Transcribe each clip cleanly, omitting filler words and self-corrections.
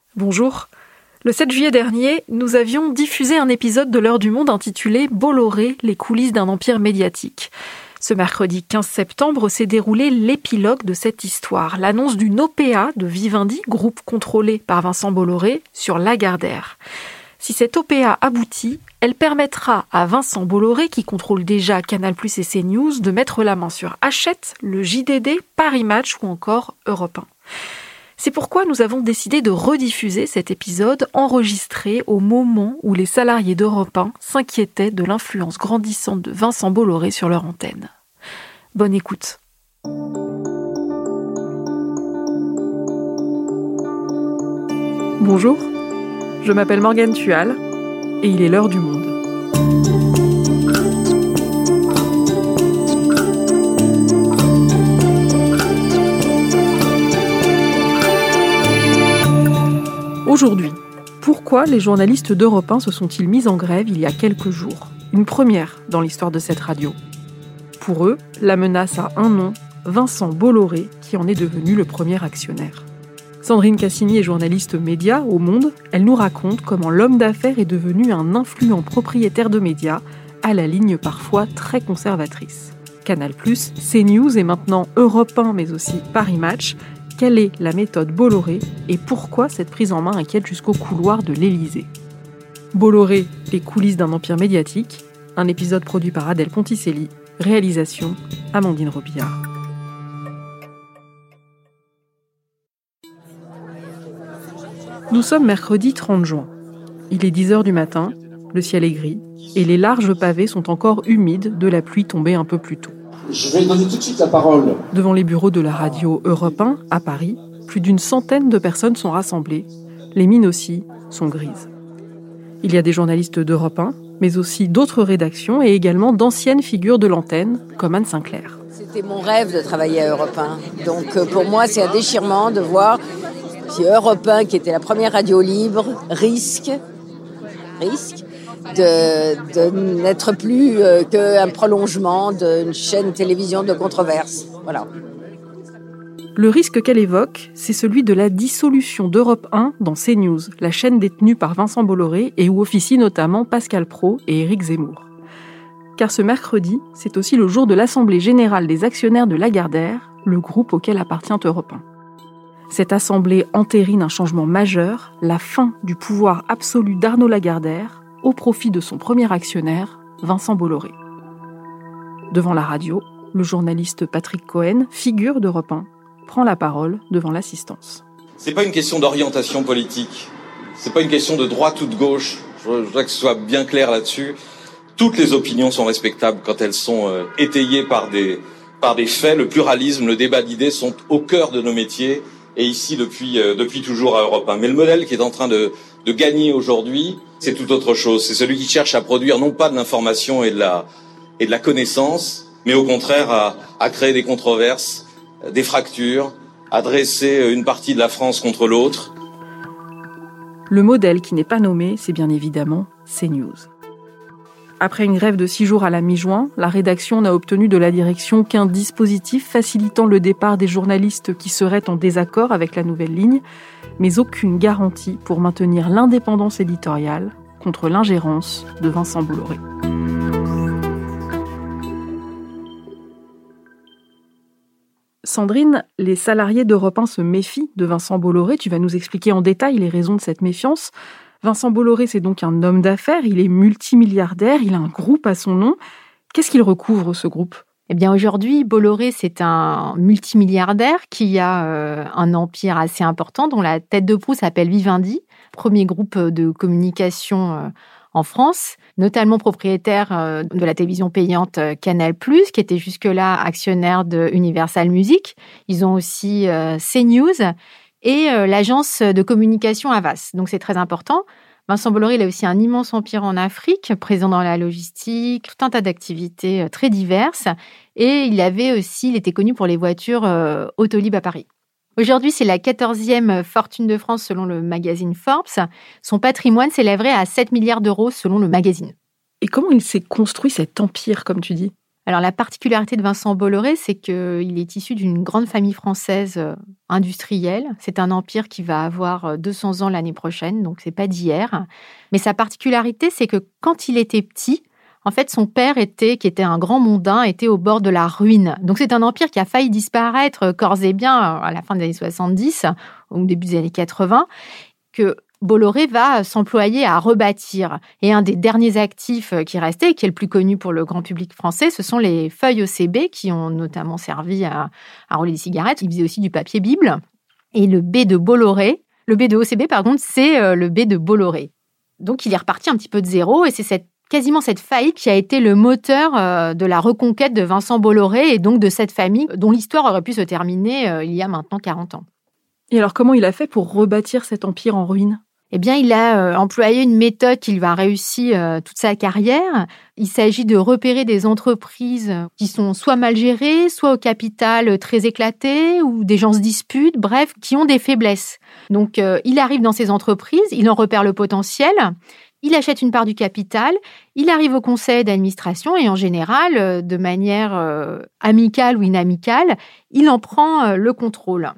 Bonjour. Le 7 juillet dernier, nous avions diffusé un épisode de l'Heure du Monde intitulé « Bolloré, les coulisses d'un empire médiatique ». Ce mercredi 15 septembre s'est déroulé l'épilogue de cette histoire, l'annonce d'une OPA de Vivendi, groupe contrôlé par Vincent Bolloré, sur Lagardère. Si cette OPA aboutit, elle permettra à Vincent Bolloré, qui contrôle déjà Canal+ et CNews, de mettre la main sur Hachette, le JDD, Paris Match ou encore Europe 1. C'est pourquoi nous avons décidé de rediffuser cet épisode enregistré au moment où les salariés d'Europe 1 s'inquiétaient de l'influence grandissante de Vincent Bolloré sur leur antenne. Bonne écoute. Bonjour, je m'appelle Morgane Tual et il est l'heure du monde. Aujourd'hui, pourquoi les journalistes d'Europe 1 se sont-ils mis en grève il y a quelques jours ? Une première dans l'histoire de cette radio. Pour eux, la menace a un nom, Vincent Bolloré, qui en est devenu le premier actionnaire. Sandrine Cassini est journaliste média au Monde. Elle nous raconte comment l'homme d'affaires est devenu un influent propriétaire de médias, à la ligne parfois très conservatrice. Canal+, CNews et maintenant Europe 1, mais aussi Paris Match. Quelle est la méthode Bolloré et pourquoi cette prise en main inquiète jusqu'au couloir de l'Élysée ? Bolloré, les coulisses d'un empire médiatique, un épisode produit par Adèle Ponticelli, réalisation Amandine Robillard. Nous sommes mercredi 30 juin. Il est 10h du matin, le ciel est gris et les larges pavés sont encore humides de la pluie tombée un peu plus tôt. Je vais donner tout de suite la parole. Devant les bureaux de la radio Europe 1, à Paris, plus d'une centaine de personnes sont rassemblées. Les mines aussi sont grises. Il y a des journalistes d'Europe 1, mais aussi d'autres rédactions et également d'anciennes figures de l'antenne, comme Anne Sinclair. C'était mon rêve de travailler à Europe 1. Donc pour moi, c'est un déchirement de voir si Europe 1, qui était la première radio libre, risque de n'être plus qu'un prolongement d'une chaîne de télévision de controverse. Voilà. Le risque qu'elle évoque, c'est celui de la dissolution d'Europe 1 dans CNews, la chaîne détenue par Vincent Bolloré et où officient notamment Pascal Praud et Éric Zemmour. Car ce mercredi, c'est aussi le jour de l'Assemblée générale des actionnaires de Lagardère, le groupe auquel appartient Europe 1. Cette assemblée entérine un changement majeur, la fin du pouvoir absolu d'Arnaud Lagardère, au profit de son premier actionnaire, Vincent Bolloré. Devant la radio, le journaliste Patrick Cohen, figure d'Europe 1, prend la parole devant l'assistance. C'est pas une question d'orientation politique, c'est pas une question de droite ou de gauche, je voudrais que ce soit bien clair là-dessus. Toutes les opinions sont respectables quand elles sont étayées par des faits. Le pluralisme, le débat d'idées sont au cœur de nos métiers et ici depuis toujours à Europe 1. Mais le modèle qui est en train de gagner aujourd'hui, c'est tout autre chose. C'est celui qui cherche à produire non pas de l'information et de la connaissance, mais au contraire à créer des controverses, des fractures, à dresser une partie de la France contre l'autre. Le modèle qui n'est pas nommé, c'est bien évidemment CNews. Après une grève de 6 jours à la mi-juin, la rédaction n'a obtenu de la direction qu'un dispositif facilitant le départ des journalistes qui seraient en désaccord avec la nouvelle ligne, mais aucune garantie pour maintenir l'indépendance éditoriale contre l'ingérence de Vincent Bolloré. Sandrine, les salariés d'Europe 1 se méfient de Vincent Bolloré. Tu vas nous expliquer en détail les raisons de cette méfiance. Vincent Bolloré, c'est donc un homme d'affaires, il est multimilliardaire, il a un groupe à son nom. Qu'est-ce qu'il recouvre, ce groupe ? Eh bien, aujourd'hui, Bolloré, c'est un multimilliardaire qui a un empire assez important dont la tête de proue s'appelle Vivendi, premier groupe de communication en France, notamment propriétaire de la télévision payante Canal+, qui était jusque-là actionnaire de Universal Music. Ils ont aussi CNews et l'agence de communication Havas. Donc, c'est très important. Vincent Bolloré, il a aussi un immense empire en Afrique, présent dans la logistique, tout un tas d'activités très diverses. Et il était connu pour les voitures Autolib à Paris. Aujourd'hui, c'est la 14e fortune de France selon le magazine Forbes. Son patrimoine s'élèverait à 7 milliards d'euros selon le magazine. Et comment il s'est construit cet empire, comme tu dis ? Alors, la particularité de Vincent Bolloré, c'est qu'il est issu d'une grande famille française industrielle. C'est un empire qui va avoir 200 ans l'année prochaine, donc c'est pas d'hier. Mais sa particularité, c'est que quand il était petit, en fait, son père, qui était un grand mondain, était au bord de la ruine. Donc, c'est un empire qui a failli disparaître corps et biens à la fin des années 70, au début des années 80, que Bolloré va s'employer à rebâtir. Et un des derniers actifs qui restait, qui est le plus connu pour le grand public français, ce sont les feuilles OCB qui ont notamment servi à rouler des cigarettes. Il faisait aussi du papier Bible. Et le B de Bolloré, le B de OCB, par contre, c'est le B de Bolloré. Donc, il est reparti un petit peu de zéro et c'est quasiment cette faillite qui a été le moteur de la reconquête de Vincent Bolloré et donc de cette famille dont l'histoire aurait pu se terminer il y a maintenant 40 ans. Et alors, comment il a fait pour rebâtir cet empire en ruine ? Eh bien, il a employé une méthode qu'il va réussir toute sa carrière. Il s'agit de repérer des entreprises qui sont soit mal gérées, soit au capital très éclaté, ou des gens se disputent, bref, qui ont des faiblesses. Donc, il arrive dans ces entreprises, il en repère le potentiel, il achète une part du capital, il arrive au conseil d'administration et en général, de manière amicale ou inamicale, il en prend le contrôle.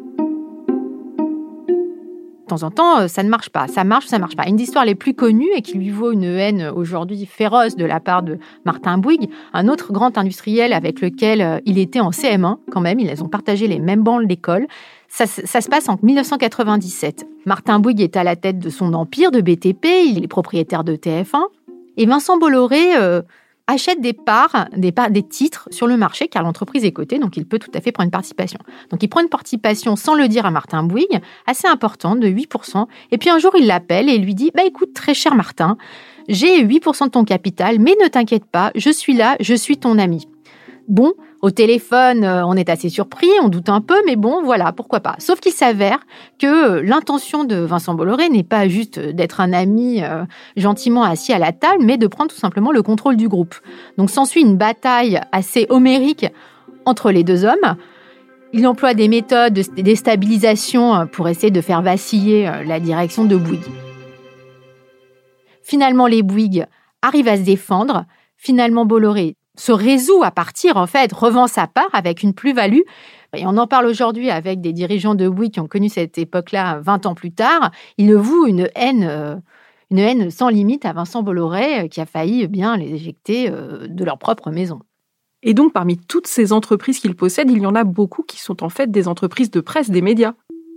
De temps en temps, ça ne marche pas. Ça marche ou ça ne marche pas. Une des histoires les plus connues et qui lui vaut une haine aujourd'hui féroce de la part de Martin Bouygues, un autre grand industriel avec lequel il était en CM1 quand même, ils ont partagé les mêmes bancs d'école. Ça se passe en 1997. Martin Bouygues est à la tête de son empire de BTP, il est propriétaire de TF1. Et Vincent Bolloré achète des titres sur le marché, car l'entreprise est cotée, donc il peut tout à fait prendre une participation. Donc il prend une participation sans le dire à Martin Bouygues, assez importante, de 8%. Et puis un jour, il l'appelle et lui dit « Écoute, très cher Martin, j'ai 8% de ton capital, mais ne t'inquiète pas, je suis là, je suis ton ami. » Bon, au téléphone, on est assez surpris, on doute un peu, mais bon, voilà, pourquoi pas. Sauf qu'il s'avère que l'intention de Vincent Bolloré n'est pas juste d'être un ami gentiment assis à la table, mais de prendre tout simplement le contrôle du groupe. Donc s'ensuit une bataille assez homérique entre les deux hommes. Il emploie des méthodes de déstabilisation pour essayer de faire vaciller la direction de Bouygues. Finalement, les Bouygues arrivent à se défendre. Finalement, Bolloré se résout à partir, en fait, revend sa part avec une plus-value. Et on en parle aujourd'hui avec des dirigeants de Bouygues qui ont connu cette époque-là 20 ans plus tard. Ils le vouent une haine sans limite à Vincent Bolloré qui a failli bien les éjecter de leur propre maison. Et donc, parmi toutes ces entreprises qu'il possède, il y en a beaucoup qui sont en fait des entreprises de presse, des médias.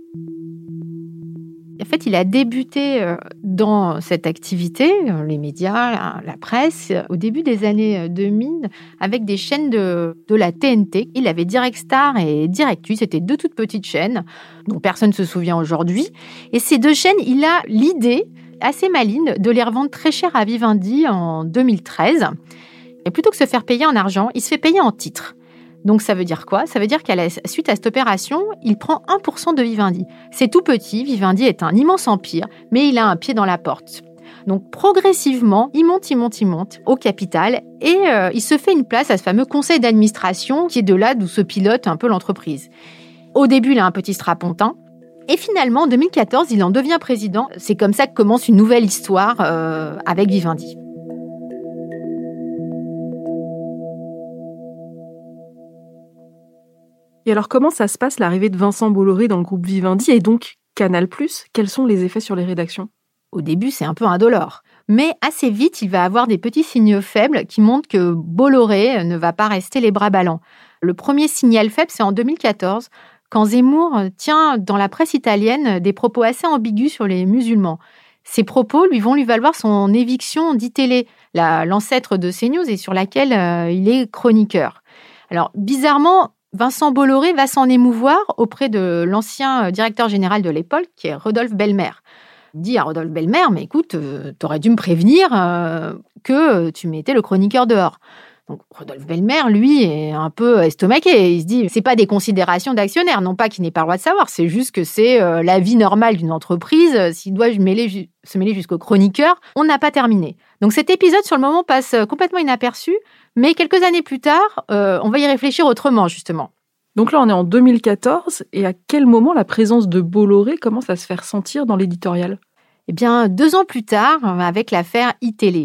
En fait, il a débuté dans cette activité, les médias, la presse, au début des années 2000, avec des chaînes de la TNT. Il avait Direct Star et Direct8, c'était deux toutes petites chaînes dont personne ne se souvient aujourd'hui. Et ces deux chaînes, il a l'idée assez maligne de les revendre très cher à Vivendi en 2013. Et plutôt que de se faire payer en argent, il se fait payer en titres. Donc ça veut dire quoi ? Ça veut dire qu'à la suite à cette opération, il prend 1% de Vivendi. C'est tout petit, Vivendi est un immense empire, mais il a un pied dans la porte. Donc progressivement, il monte au capital et il se fait une place à ce fameux conseil d'administration qui est de là d'où se pilote un peu l'entreprise. Au début, il a un petit strapontin. Et finalement, en 2014, il en devient président. C'est comme ça que commence une nouvelle histoire avec Vivendi. Et alors, comment ça se passe, l'arrivée de Vincent Bolloré dans le groupe Vivendi et donc Canal+? Quels sont les effets sur les rédactions ? Au début, c'est un peu indolore. Mais assez vite, il va avoir des petits signaux faibles qui montrent que Bolloré ne va pas rester les bras ballants. Le premier signal faible, c'est en 2014, quand Zemmour tient dans la presse italienne des propos assez ambigus sur les musulmans. Ces propos vont lui valoir son éviction d'ITélé, l'ancêtre de CNews et sur laquelle il est chroniqueur. Alors, bizarrement, Vincent Bolloré va s'en émouvoir auprès de l'ancien directeur général de l'époque, qui est Rodolphe Belmer. Il dit à Rodolphe Belmer, mais écoute, t'aurais dû me prévenir que tu mettais le chroniqueur dehors. Donc Rodolphe Belmer, lui, est un peu estomaqué. Il se dit, c'est pas des considérations d'actionnaire, non pas qu'il n'ait pas le droit de savoir, c'est juste que c'est la vie normale d'une entreprise. S'il doit se mêler jusqu'au chroniqueur, on n'a pas terminé. Donc cet épisode, sur le moment, passe complètement inaperçu, mais quelques années plus tard, on va y réfléchir autrement, justement. Donc là, on est en 2014, et à quel moment la présence de Bolloré commence à se faire sentir dans l'éditorial ? Eh bien, 2 ans plus tard, avec l'affaire ITélé.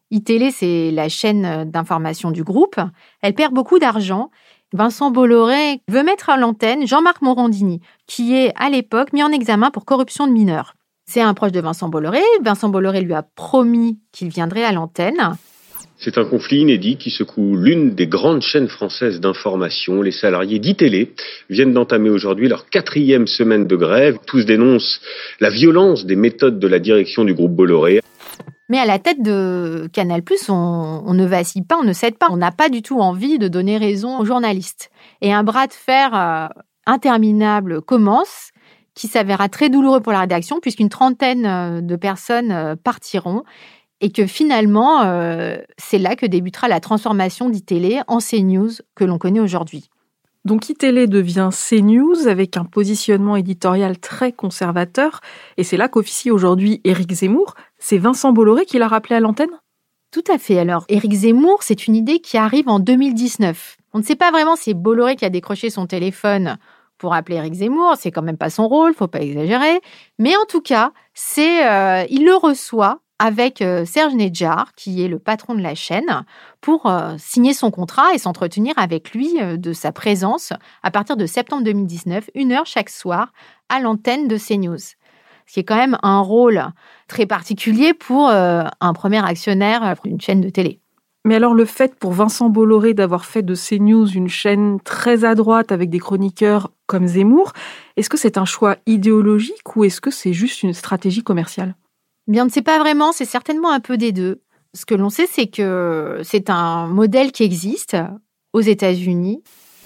iTélé, c'est la chaîne d'information du groupe. Elle perd beaucoup d'argent. Vincent Bolloré veut mettre à l'antenne Jean-Marc Morandini, qui est à l'époque mis en examen pour corruption de mineurs. C'est un proche de Vincent Bolloré. Vincent Bolloré lui a promis qu'il viendrait à l'antenne. C'est un conflit inédit qui secoue l'une des grandes chaînes françaises d'information. Les salariés d'iTélé viennent d'entamer aujourd'hui leur 4e semaine de grève. Tous dénoncent la violence des méthodes de la direction du groupe Bolloré. Mais à la tête de Canal+, on ne vacille pas, on ne cède pas. On n'a pas du tout envie de donner raison aux journalistes. Et un bras de fer interminable commence, qui s'avérera très douloureux pour la rédaction, puisqu'une trentaine de personnes partiront. Et que finalement, c'est là que débutera la transformation d'iTélé en CNews que l'on connaît aujourd'hui. Donc iTélé devient CNews avec un positionnement éditorial très conservateur. Et c'est là qu'officie aujourd'hui Éric Zemmour. C'est Vincent Bolloré qui l'a rappelé à l'antenne ? Tout à fait. Alors, Éric Zemmour, c'est une idée qui arrive en 2019. On ne sait pas vraiment si c'est Bolloré qui a décroché son téléphone pour appeler Éric Zemmour. C'est quand même pas son rôle, faut pas exagérer. Mais en tout cas, il le reçoit avec Serge Nedjar, qui est le patron de la chaîne, pour signer son contrat et s'entretenir avec lui de sa présence à partir de septembre 2019, 1 heure chaque soir, à l'antenne de CNews. Ce qui est quand même un rôle très particulier pour un premier actionnaire d'une chaîne de télé. Mais alors le fait pour Vincent Bolloré d'avoir fait de CNews une chaîne très à droite avec des chroniqueurs comme Zemmour, est-ce que c'est un choix idéologique ou est-ce que c'est juste une stratégie commerciale ? Bien, on ne sait pas vraiment, c'est certainement un peu des deux. Ce que l'on sait, c'est que c'est un modèle qui existe aux États-Unis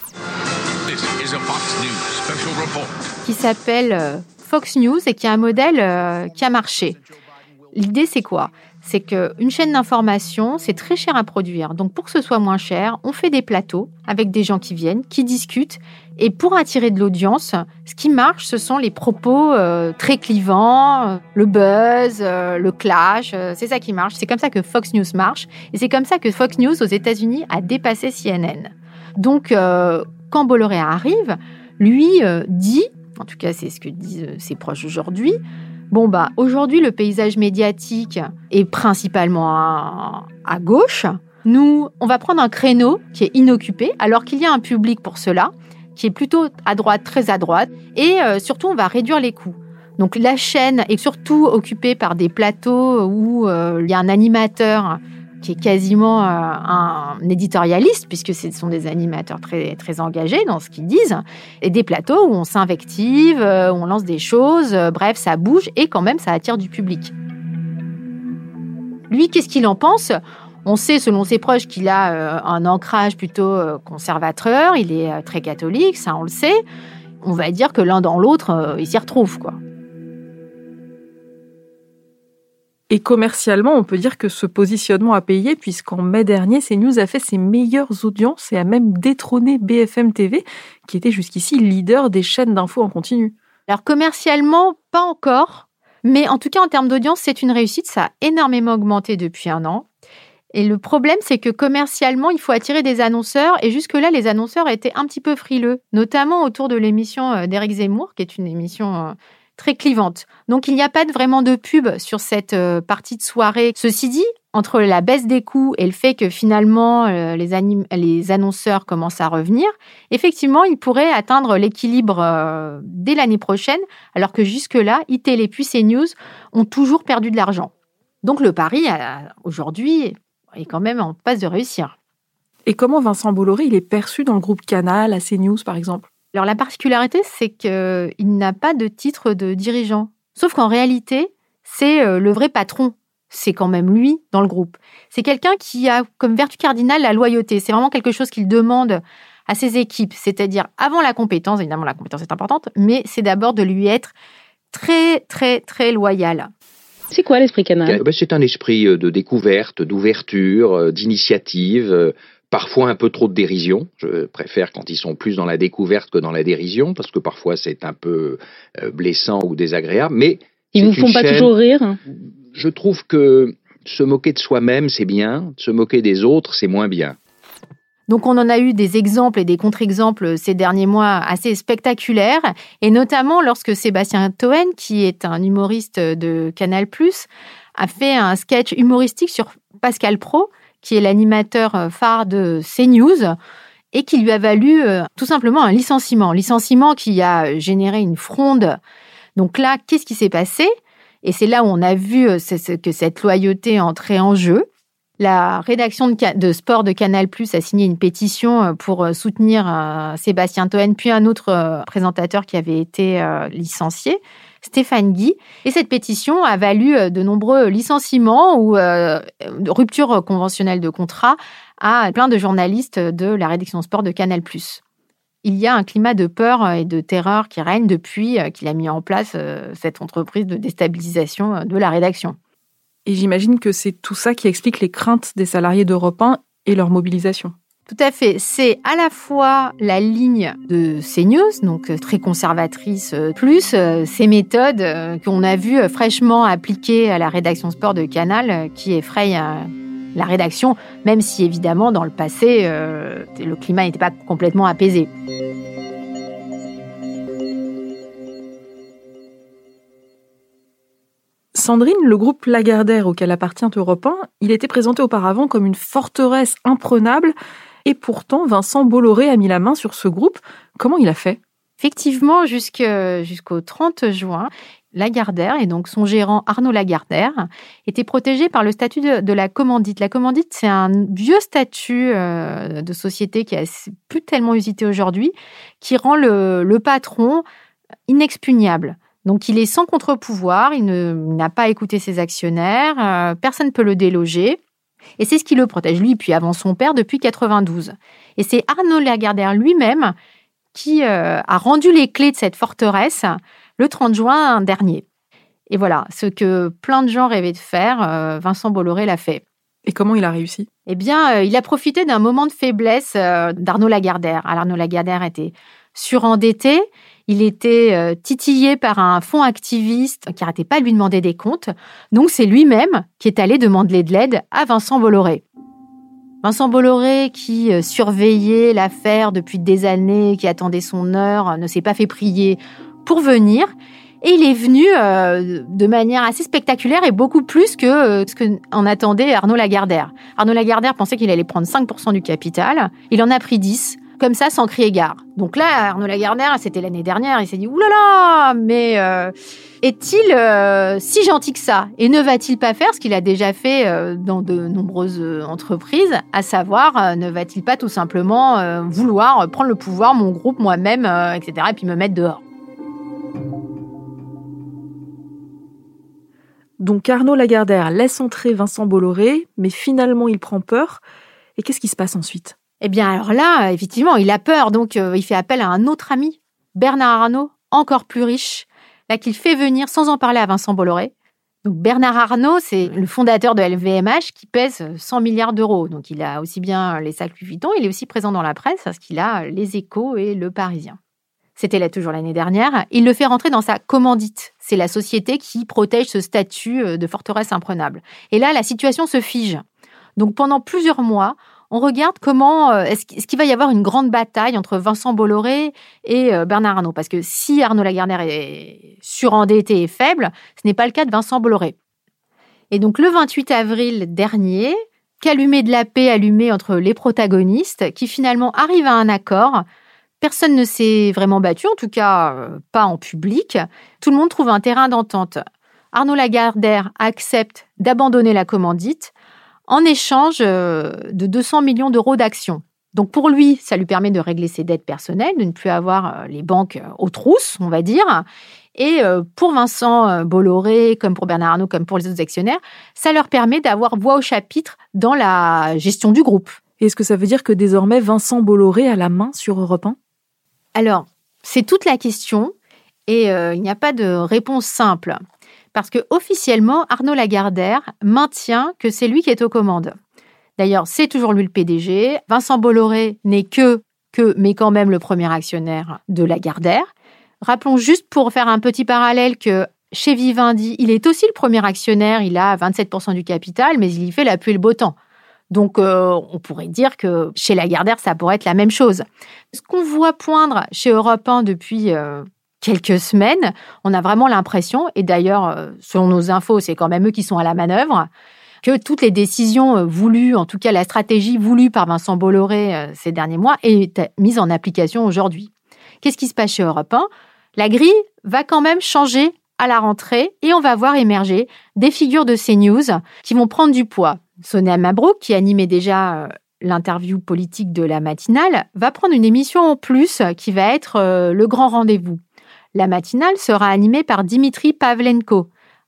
qui s'appelle Fox News et qui est un modèle qui a marché. L'idée, c'est quoi ? C'est qu'une chaîne d'information, c'est très cher à produire. Donc, pour que ce soit moins cher, on fait des plateaux avec des gens qui viennent, qui discutent. Et pour attirer de l'audience, ce qui marche, ce sont les propos très clivants, le buzz, le clash. C'est ça qui marche. C'est comme ça que Fox News marche. Et c'est comme ça que Fox News aux États-Unis a dépassé CNN. Donc, quand Bolloré arrive, lui dit, en tout cas, c'est ce que disent ses proches aujourd'hui, aujourd'hui, le paysage médiatique est principalement à gauche. Nous, on va prendre un créneau qui est inoccupé, alors qu'il y a un public pour cela, qui est plutôt à droite, très à droite. Et surtout, on va réduire les coûts. Donc, la chaîne est surtout occupée par des plateaux où il y a un animateur qui est quasiment un éditorialiste, puisque ce sont des animateurs très, très engagés dans ce qu'ils disent, et des plateaux où on s'invective, où on lance des choses, bref, ça bouge, et quand même, ça attire du public. Lui, qu'est-ce qu'il en pense ? On sait, selon ses proches, qu'il a un ancrage plutôt conservateur, il est très catholique, ça on le sait. On va dire que l'un dans l'autre, il s'y retrouve, quoi. Et commercialement, on peut dire que ce positionnement a payé puisqu'en mai dernier, CNews a fait ses meilleures audiences et a même détrôné BFM TV, qui était jusqu'ici leader des chaînes d'infos en continu. Alors commercialement, pas encore, mais en tout cas en termes d'audience, c'est une réussite. Ça a énormément augmenté depuis 1 an. Et le problème, c'est que commercialement, il faut attirer des annonceurs. Et jusque-là, les annonceurs étaient un petit peu frileux, notamment autour de l'émission d'Éric Zemmour, qui est une émission très clivante. Donc, il n'y a pas vraiment de pub sur cette partie de soirée. Ceci dit, entre la baisse des coûts et le fait que finalement les annonceurs commencent à revenir, effectivement, ils pourraient atteindre l'équilibre dès l'année prochaine, alors que jusque-là, iTélé puis CNews ont toujours perdu de l'argent. Donc, le pari, aujourd'hui, est quand même en passe de réussir. Et comment Vincent Bolloré, il est perçu dans le groupe Canal, à CNews, par exemple ? Alors, la particularité, c'est qu'il n'a pas de titre de dirigeant. Sauf qu'en réalité, c'est le vrai patron. C'est quand même lui dans le groupe. C'est quelqu'un qui a comme vertu cardinale la loyauté. C'est vraiment quelque chose qu'il demande à ses équipes. C'est-à-dire, avant la compétence, évidemment, la compétence est importante, mais c'est d'abord de lui être très, très, très loyal. C'est quoi l'esprit Canal ? C'est un esprit de découverte, d'ouverture, d'initiative, parfois un peu trop de dérision. Je préfère quand ils sont plus dans la découverte que dans la dérision, parce que parfois c'est un peu blessant ou désagréable. Mais ils vous font pas toujours rire ? Je trouve que se moquer de soi-même, c'est bien. Se moquer des autres, c'est moins bien. Donc, on en a eu des exemples et des contre-exemples ces derniers mois assez spectaculaires, et notamment lorsque Sébastien Toen, qui est un humoriste de Canal+, a fait un sketch humoristique sur Pascal Praud, qui est l'animateur phare de CNews, et qui lui a valu tout simplement un licenciement. Licenciement qui a généré une fronde. Donc là, qu'est-ce qui s'est passé ? Et c'est là où on a vu que cette loyauté entrait en jeu. La rédaction de sport de Canal+ a signé une pétition pour soutenir Sébastien Toen, puis un autre présentateur qui avait été licencié, Stéphane Guy. Et cette pétition a valu de nombreux licenciements ou ruptures conventionnelles de contrat à plein de journalistes de la rédaction sport de Canal+. Il y a un climat de peur et de terreur qui règne depuis qu'il a mis en place cette entreprise de déstabilisation de la rédaction. Et j'imagine que c'est tout ça qui explique les craintes des salariés d'Europe 1 et leur mobilisation. Tout à fait. C'est à la fois la ligne de CNews, donc très conservatrice, plus ces méthodes qu'on a vues fraîchement appliquées à la rédaction sport de Canal, qui effrayent la rédaction, même si évidemment dans le passé, le climat n'était pas complètement apaisé. Sandrine, le groupe Lagardère auquel appartient Europe 1, il était présenté auparavant comme une forteresse imprenable et pourtant Vincent Bolloré a mis la main sur ce groupe. Comment il a fait ? Effectivement, jusqu'au 30 juin, Lagardère et donc son gérant Arnaud Lagardère étaient protégés par le statut de la commandite. La commandite, c'est un vieux statut de société qui est plus tellement usité aujourd'hui, qui rend le patron inexpugnable. Donc, il est sans contre-pouvoir, il n'a pas écouté ses actionnaires, personne ne peut le déloger. Et c'est ce qui le protège, lui, puis avant son père, depuis 92. Et c'est Arnaud Lagardère lui-même qui a rendu les clés de cette forteresse le 30 juin dernier. Et voilà, ce que plein de gens rêvaient de faire, Vincent Bolloré l'a fait. Et comment il a réussi ? Eh bien, il a profité d'un moment de faiblesse d'Arnaud Lagardère. Alors, Arnaud Lagardère était surendetté. Il était titillé par un fonds activiste qui n'arrêtait pas de lui demander des comptes. Donc, c'est lui-même qui est allé demander de l'aide à Vincent Bolloré. Vincent Bolloré, qui surveillait l'affaire depuis des années, qui attendait son heure, ne s'est pas fait prier pour venir. Et il est venu de manière assez spectaculaire et beaucoup plus que ce qu'en attendait Arnaud Lagardère. Arnaud Lagardère pensait qu'il allait prendre 5% du capital. Il en a pris 10%. Comme ça, sans crier gare. Donc là, Arnaud Lagardère, c'était l'année dernière, il s'est dit « Oulala, mais est-il si gentil que ça ?» Et ne va-t-il pas faire ce qu'il a déjà fait dans de nombreuses entreprises, à savoir, ne va-t-il pas tout simplement vouloir prendre le pouvoir, mon groupe, moi-même, etc., et puis me mettre dehors ? Donc Arnaud Lagardère laisse entrer Vincent Bolloré, mais finalement il prend peur. Et qu'est-ce qui se passe ensuite ? Eh bien, alors là, effectivement, il a peur, donc il fait appel à un autre ami, Bernard Arnault, encore plus riche, là qu'il fait venir sans en parler à Vincent Bolloré. Donc Bernard Arnault, c'est le fondateur de LVMH qui pèse 100 milliards d'euros. Donc il a aussi bien les sacs Louis Vuitton, il est aussi présent dans la presse parce qu'il a les Échos et le Parisien. C'était là toujours l'année dernière. Il le fait rentrer dans sa commandite. C'est la société qui protège ce statut de forteresse imprenable. Et là, la situation se fige. Donc pendant plusieurs mois, on regarde comment est-ce qu'il va y avoir une grande bataille entre Vincent Bolloré et Bernard Arnault. Parce que si Arnaud Lagardère est surendetté et faible, ce n'est pas le cas de Vincent Bolloré. Et donc le 28 avril dernier, calumet de la paix allumé entre les protagonistes qui finalement arrivent à un accord. Personne ne s'est vraiment battu, en tout cas pas en public. Tout le monde trouve un terrain d'entente. Arnaud Lagardère accepte d'abandonner la commandite en échange de 200 millions d'euros d'actions. Donc pour lui, ça lui permet de régler ses dettes personnelles, de ne plus avoir les banques aux trousses, on va dire. Et pour Vincent Bolloré, comme pour Bernard Arnault, comme pour les autres actionnaires, ça leur permet d'avoir voix au chapitre dans la gestion du groupe. Et est-ce que ça veut dire que désormais Vincent Bolloré a la main sur Europe 1 ? Alors, c'est toute la question et il n'y a pas de réponse simple. Parce que officiellement, Arnaud Lagardère maintient que c'est lui qui est aux commandes. D'ailleurs, c'est toujours lui le PDG. Vincent Bolloré n'est mais quand même le premier actionnaire de Lagardère. Rappelons juste pour faire un petit parallèle que chez Vivendi, il est aussi le premier actionnaire. Il a 27% du capital, mais il y fait la pluie et le beau temps. Donc, on pourrait dire que chez Lagardère, ça pourrait être la même chose. Ce qu'on voit poindre chez Europe 1 depuis quelques semaines, on a vraiment l'impression, et d'ailleurs, selon nos infos, c'est quand même eux qui sont à la manœuvre, que toutes les décisions voulues, en tout cas la stratégie voulue par Vincent Bolloré ces derniers mois, est mise en application aujourd'hui. Qu'est-ce qui se passe chez Europe 1 ? La grille va quand même changer à la rentrée et on va voir émerger des figures de CNews qui vont prendre du poids. Sonia Mabrouk, qui animait déjà l'interview politique de la matinale, va prendre une émission en plus qui va être le grand rendez-vous. La matinale sera animée par Dimitri Pavlenko.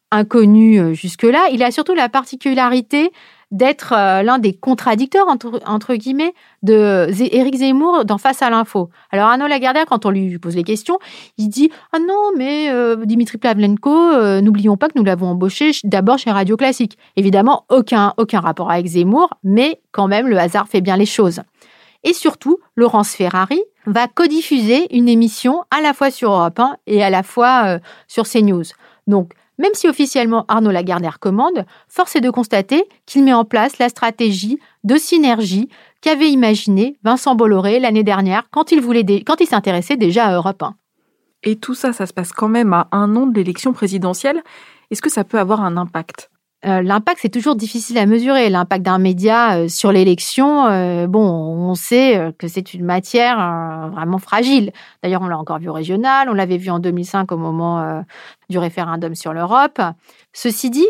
Inconnu jusque-là, il a surtout la particularité d'être l'un des contradicteurs, entre guillemets, d'Éric Zemmour dans Face à l'info. Alors Arnaud Lagardère, quand on lui pose les questions, il dit « Ah non, mais Dimitri Pavlenko, n'oublions pas que nous l'avons embauché d'abord chez Radio Classique. » Évidemment, aucun rapport avec Zemmour, mais quand même, le hasard fait bien les choses. Et surtout, Laurence Ferrari va codiffuser une émission à la fois sur Europe 1 et à la fois sur CNews. Donc, même si officiellement Arnaud Lagardère commande, force est de constater qu'il met en place la stratégie de synergie qu'avait imaginée Vincent Bolloré l'année dernière quand il s'intéressait déjà à Europe 1. Et tout ça, ça se passe quand même à un an de l'élection présidentielle. Est-ce que ça peut avoir un impact ? L'impact, c'est toujours difficile à mesurer. L'impact d'un média sur l'élection, on sait que c'est une matière vraiment fragile. D'ailleurs, on l'a encore vu au régional, on l'avait vu en 2005 au moment du référendum sur l'Europe. Ceci dit,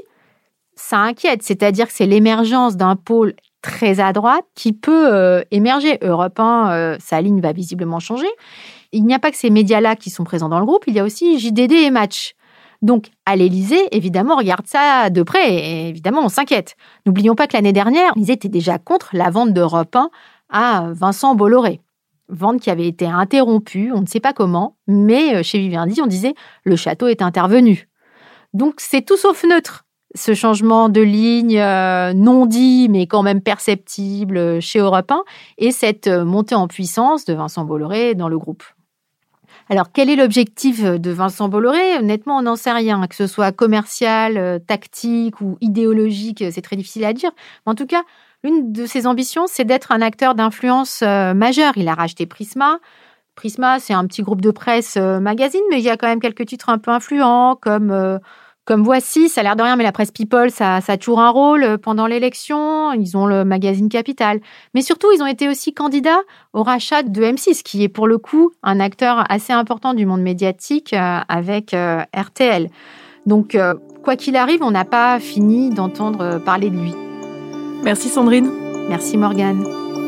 ça inquiète, c'est-à-dire que c'est l'émergence d'un pôle très à droite qui peut émerger. Europe 1, sa ligne va visiblement changer. Il n'y a pas que ces médias-là qui sont présents dans le groupe, il y a aussi JDD et Match. Donc, à l'Élysée, évidemment, on regarde ça de près et évidemment, on s'inquiète. N'oublions pas que l'année dernière, ils étaient déjà contre la vente d'Europe 1 à Vincent Bolloré. Vente qui avait été interrompue, on ne sait pas comment, mais chez Vivendi, on disait « le château est intervenu ». Donc, c'est tout sauf neutre, ce changement de ligne non dit, mais quand même perceptible chez Europe 1 et cette montée en puissance de Vincent Bolloré dans le groupe. Alors, quel est l'objectif de Vincent Bolloré ? Honnêtement, on n'en sait rien. Que ce soit commercial, tactique ou idéologique, c'est très difficile à dire. Mais en tout cas, l'une de ses ambitions, c'est d'être un acteur d'influence majeur. Il a racheté Prisma. Prisma, c'est un petit groupe de presse magazine, mais il y a quand même quelques titres un peu influents, comme Voici, ça a l'air de rien, mais la presse People, ça a toujours un rôle pendant l'élection. Ils ont le magazine Capital. Mais surtout, ils ont été aussi candidats au rachat de M6, qui est pour le coup un acteur assez important du monde médiatique avec RTL. Donc, quoi qu'il arrive, on n'a pas fini d'entendre parler de lui. Merci Sandrine. Merci Morgane.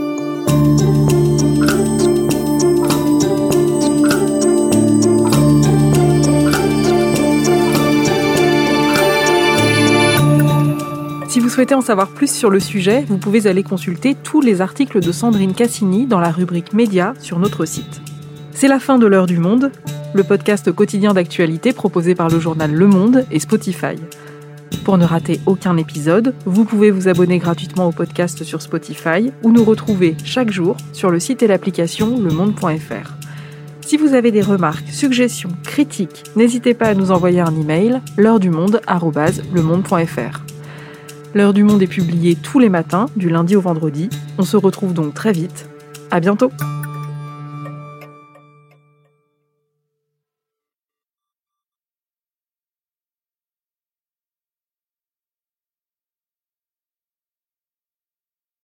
Si vous souhaitez en savoir plus sur le sujet, vous pouvez aller consulter tous les articles de Sandrine Cassini dans la rubrique Médias sur notre site. C'est la fin de l'Heure du Monde, le podcast quotidien d'actualité proposé par le journal Le Monde et Spotify. Pour ne rater aucun épisode, vous pouvez vous abonner gratuitement au podcast sur Spotify ou nous retrouver chaque jour sur le site et l'application lemonde.fr. Si vous avez des remarques, suggestions, critiques, n'hésitez pas à nous envoyer un email l'heuredumonde@lemonde.fr. L'Heure du Monde est publiée tous les matins, du lundi au vendredi. On se retrouve donc très vite. À bientôt!